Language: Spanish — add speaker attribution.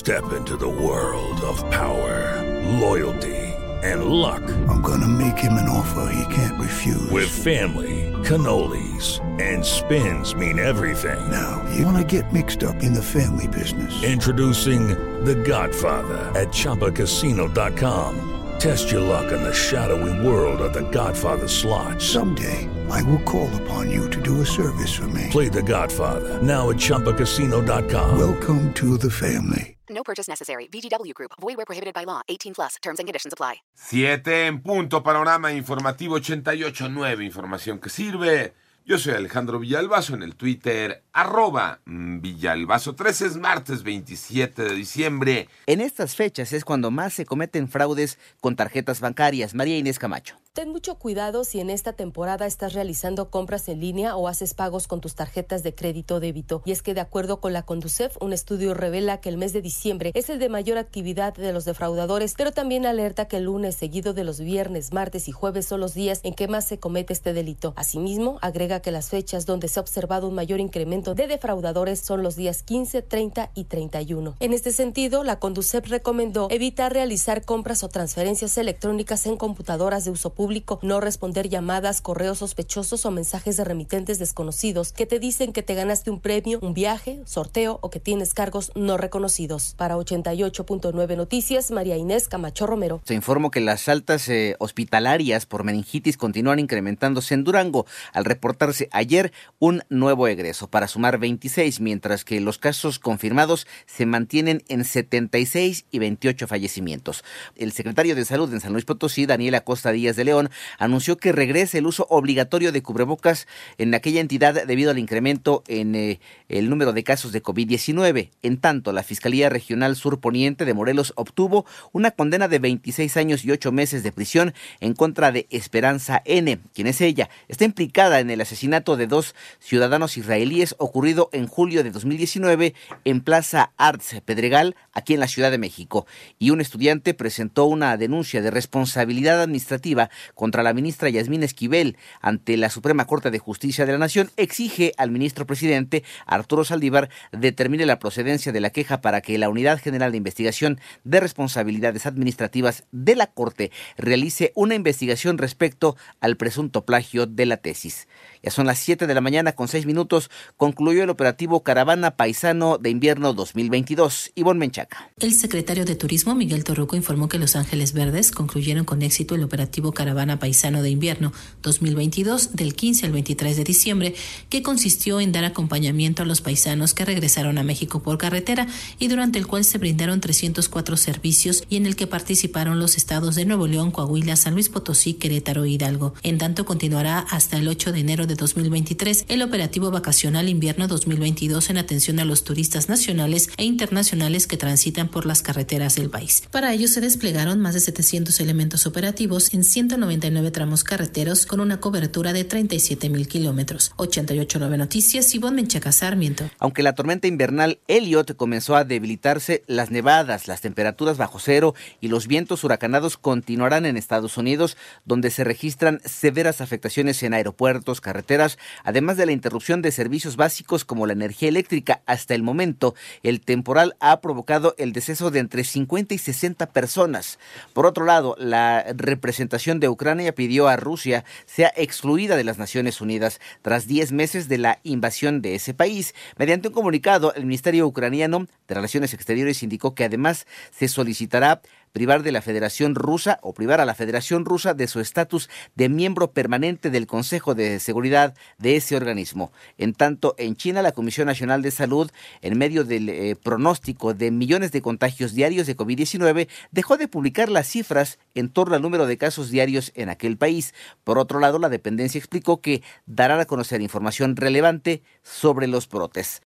Speaker 1: Step into the world of power, loyalty, and luck.
Speaker 2: I'm gonna make him an offer he can't refuse.
Speaker 1: With family, cannolis, and spins mean everything.
Speaker 2: Now, you wanna get mixed up in the family business.
Speaker 1: Introducing The Godfather at ChumbaCasino.com. Test your luck in the shadowy world of The Godfather slot.
Speaker 2: Someday, I will call upon you to do a service for me.
Speaker 1: Play The Godfather now at ChumbaCasino.com.
Speaker 2: Welcome to the family.
Speaker 3: No purchase necessary. VGW Group. Void where prohibited by law. 18+. Terms and conditions apply.
Speaker 4: 7 en punto. Panorama informativo 88.9. Información que sirve. Yo soy Alejandro Villalbazo en el Twitter, @Villalbazo13. Es martes 27 de diciembre.
Speaker 5: En estas fechas es cuando más se cometen fraudes con tarjetas bancarias. María Inés Camacho.
Speaker 6: Ten mucho cuidado si en esta temporada estás realizando compras en línea o haces pagos con tus tarjetas de crédito o débito. Y es que de acuerdo con la Conducef, un estudio revela que el mes de diciembre es el de mayor actividad de los defraudadores, pero también alerta que el lunes, seguido de los viernes, martes y jueves, son los días en que más se comete este delito. Asimismo, agrega que las fechas donde se ha observado un mayor incremento de defraudadores son los días 15, 30 y 31. En este sentido, la Conducef recomendó evitar realizar compras o transferencias electrónicas en computadoras de uso público, no responder llamadas, correos sospechosos o mensajes de remitentes desconocidos que te dicen que te ganaste un premio, un viaje, sorteo o que tienes cargos no reconocidos. Para 88.9 Noticias, María Inés Camacho Romero.
Speaker 5: Se informó que las altas hospitalarias por meningitis continúan incrementándose en Durango, al reportarse ayer un nuevo egreso para sumar 26, mientras que los casos confirmados se mantienen en 76 y 28 fallecimientos. El secretario de Salud en San Luis Potosí, Daniel Acosta Díaz de León, anunció que regrese el uso obligatorio de cubrebocas en aquella entidad debido al incremento en el número de casos de COVID-19. En tanto, la Fiscalía Regional Sur Poniente de Morelos obtuvo una condena de 26 años y 8 meses de prisión en contra de Esperanza N., quien es ella. Está implicada en el asesinato de 2 ciudadanos israelíes ocurrido en julio de 2019 en Plaza Arts Pedregal, aquí en la Ciudad de México. Y un estudiante presentó una denuncia de responsabilidad administrativa contra la ministra Yasmín Esquivel ante la Suprema Corte de Justicia de la Nación. Exige al ministro presidente Arturo Saldívar determine la procedencia de la queja para que la Unidad General de Investigación de Responsabilidades Administrativas de la Corte realice una investigación respecto al presunto plagio de la tesis. Ya son las 7 de la mañana con 6 minutos. Concluyó el operativo Caravana Paisano de Invierno 2022. Ivonne Menchaca.
Speaker 7: El secretario de Turismo, Miguel Torruco, informó que Los Ángeles Verdes concluyeron con éxito el operativo Caravana Paisano de Invierno 2022 del 15 al 23 de diciembre, que consistió en dar acompañamiento a los paisanos que regresaron a México por carretera y durante el cual se brindaron 304 servicios y en el que participaron los estados de Nuevo León, Coahuila, San Luis Potosí, Querétaro e Hidalgo. En tanto, continuará hasta el 8 de enero de 2023 el operativo vacacional invierno 2022 en atención a los turistas nacionales e internacionales que transitan por las carreteras del país. Para ello se desplegaron más de 700 elementos operativos en 199 tramos carreteros con una cobertura de 37,000 kilómetros. 88.9 Noticias, Ivonne Menchaca Sarmiento.
Speaker 5: Aunque la tormenta invernal Elliot comenzó a debilitarse, las nevadas, las temperaturas bajo cero y los vientos huracanados continuarán en Estados Unidos, donde se registran severas afectaciones en aeropuertos, carreteras, además de la interrupción de servicios básicos como la energía eléctrica. Hasta el momento, el temporal ha provocado el deceso de entre 50 y 60 personas. Por otro lado, la representación de Ucrania pidió a Rusia sea excluida de las Naciones Unidas tras 10 meses de la invasión de ese país. Mediante un comunicado, el Ministerio Ucraniano de Relaciones Exteriores indicó que además se solicitará privar a la Federación Rusa de su estatus de miembro permanente del Consejo de Seguridad de ese organismo. En tanto, en China, la Comisión Nacional de Salud, en medio del pronóstico de millones de contagios diarios de COVID-19, dejó de publicar las cifras en torno al número de casos diarios en aquel país. Por otro lado, la dependencia explicó que dará a conocer información relevante sobre los brotes.